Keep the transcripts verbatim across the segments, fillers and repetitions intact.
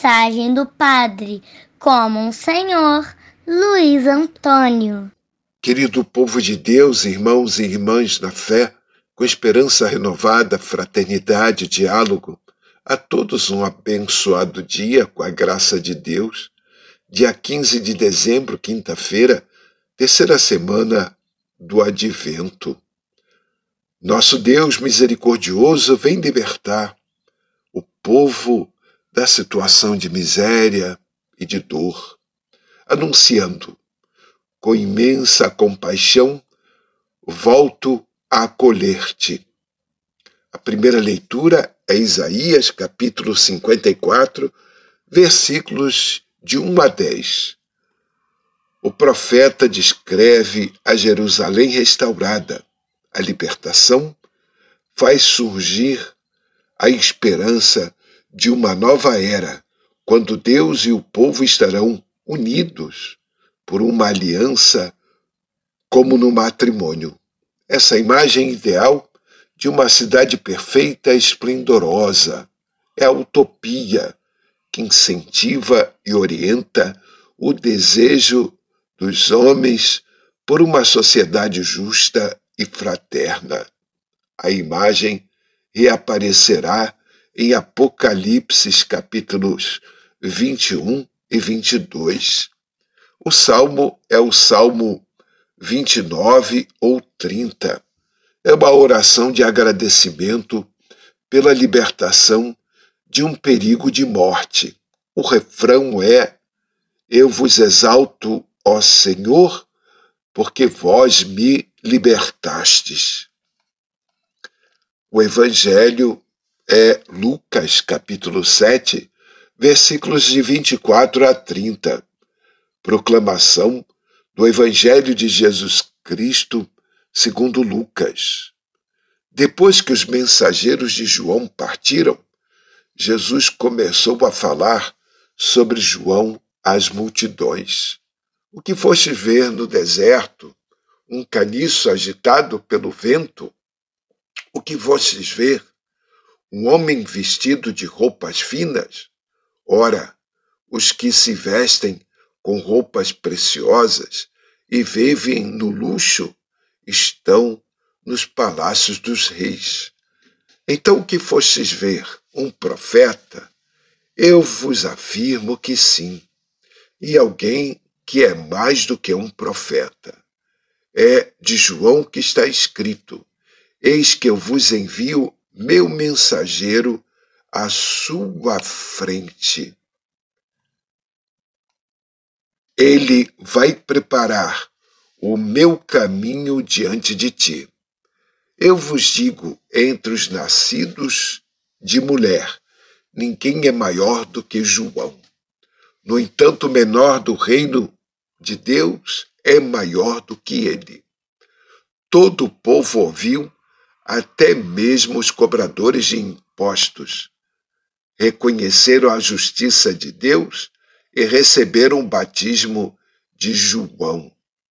mensagem do Padre Monsenhor Luiz Antônio. Querido povo de Deus, irmãos e irmãs na fé, com esperança renovada, fraternidade, diálogo, a todos um abençoado dia com a graça de Deus. Dia quinze de dezembro, quinta-feira, terceira semana do Advento. Nosso Deus misericordioso vem libertar o povo da situação de miséria e de dor, anunciando, com imensa compaixão, volto a acolher-te. A primeira leitura é Isaías, capítulo cinquenta e quatro, versículos de um a dez. O profeta descreve a Jerusalém restaurada. A libertação faz surgir a esperança de uma nova era, quando Deus e o povo estarão unidos por uma aliança como no matrimônio. Essa imagem ideal de uma cidade perfeita e esplendorosa é a utopia que incentiva e orienta o desejo dos homens por uma sociedade justa e fraterna. A imagem reaparecerá em Apocalipse, capítulos vinte e um e vinte e dois. O salmo é o Salmo vinte e nove ou trinta. É uma oração de agradecimento pela libertação de um perigo de morte. O refrão é: eu vos exalto, ó Senhor, porque vós me libertastes. O Evangelho é Lucas, capítulo sete, versículos de vinte e quatro a trinta. Proclamação do Evangelho de Jesus Cristo segundo Lucas. Depois que os mensageiros de João partiram, Jesus começou a falar sobre João às multidões. O que foste ver no deserto? Um caniço agitado pelo vento? O que fostes ver? Um homem vestido de roupas finas? Ora, os que se vestem com roupas preciosas e vivem no luxo estão nos palácios dos reis. Então o que fostes ver? Um profeta? Eu vos afirmo que sim, e alguém que é mais do que um profeta. É de João que está escrito: eis que eu vos envio meu mensageiro à sua frente. Ele vai preparar o meu caminho diante de ti. Eu vos digo, entre os nascidos de mulher, ninguém é maior do que João. No entanto, o menor do reino de Deus é maior do que ele. Todo o povo ouviu, até mesmo os cobradores de impostos. Reconheceram a justiça de Deus e receberam o batismo de João.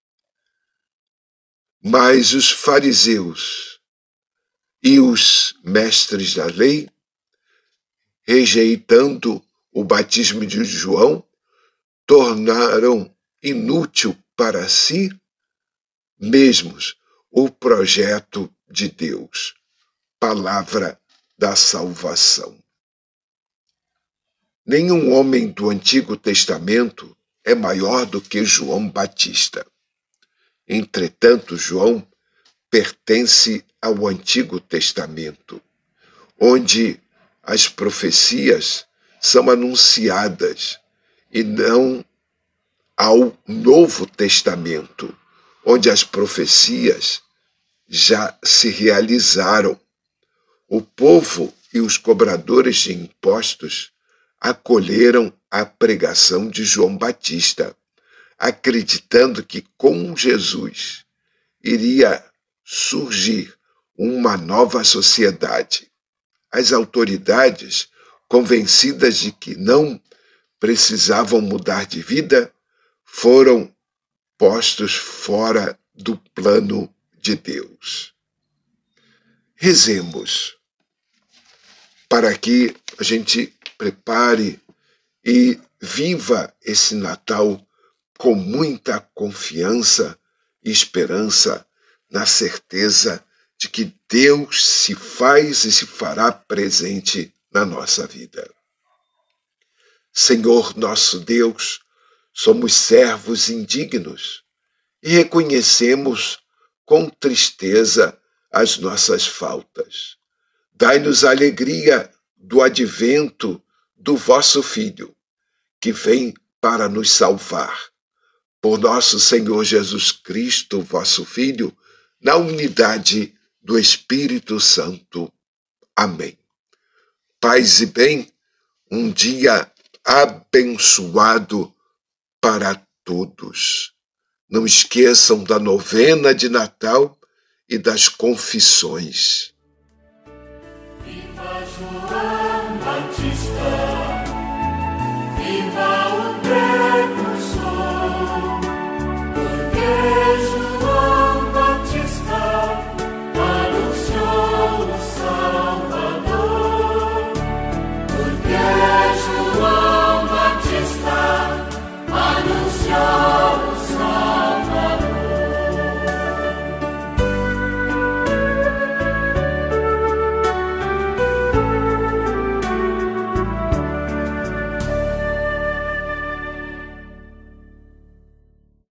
Mas os fariseus e os mestres da lei, rejeitando o batismo de João, tornaram inútil para si mesmos o projeto de Deus. Palavra da salvação. Nenhum homem do Antigo Testamento é maior do que João Batista. Entretanto, João pertence ao Antigo Testamento, onde as profecias são anunciadas, e não ao Novo Testamento, onde as profecias já se realizaram. O povo e os cobradores de impostos acolheram a pregação de João Batista, acreditando que com Jesus iria surgir uma nova sociedade. As autoridades, convencidas de que não precisavam mudar de vida, foram postos fora do plano de Deus. Rezemos para que a gente prepare e viva esse Natal com muita confiança e esperança, na certeza de que Deus se faz e se fará presente na nossa vida. Senhor nosso Deus, somos servos indignos e reconhecemos com tristeza as nossas faltas. Dai-nos a alegria do advento do vosso Filho, que vem para nos salvar. Por nosso Senhor Jesus Cristo, vosso Filho, na unidade do Espírito Santo. Amém. Paz e bem, um dia abençoado para todos. Não esqueçam da novena de Natal e das confissões. Viva João Batista!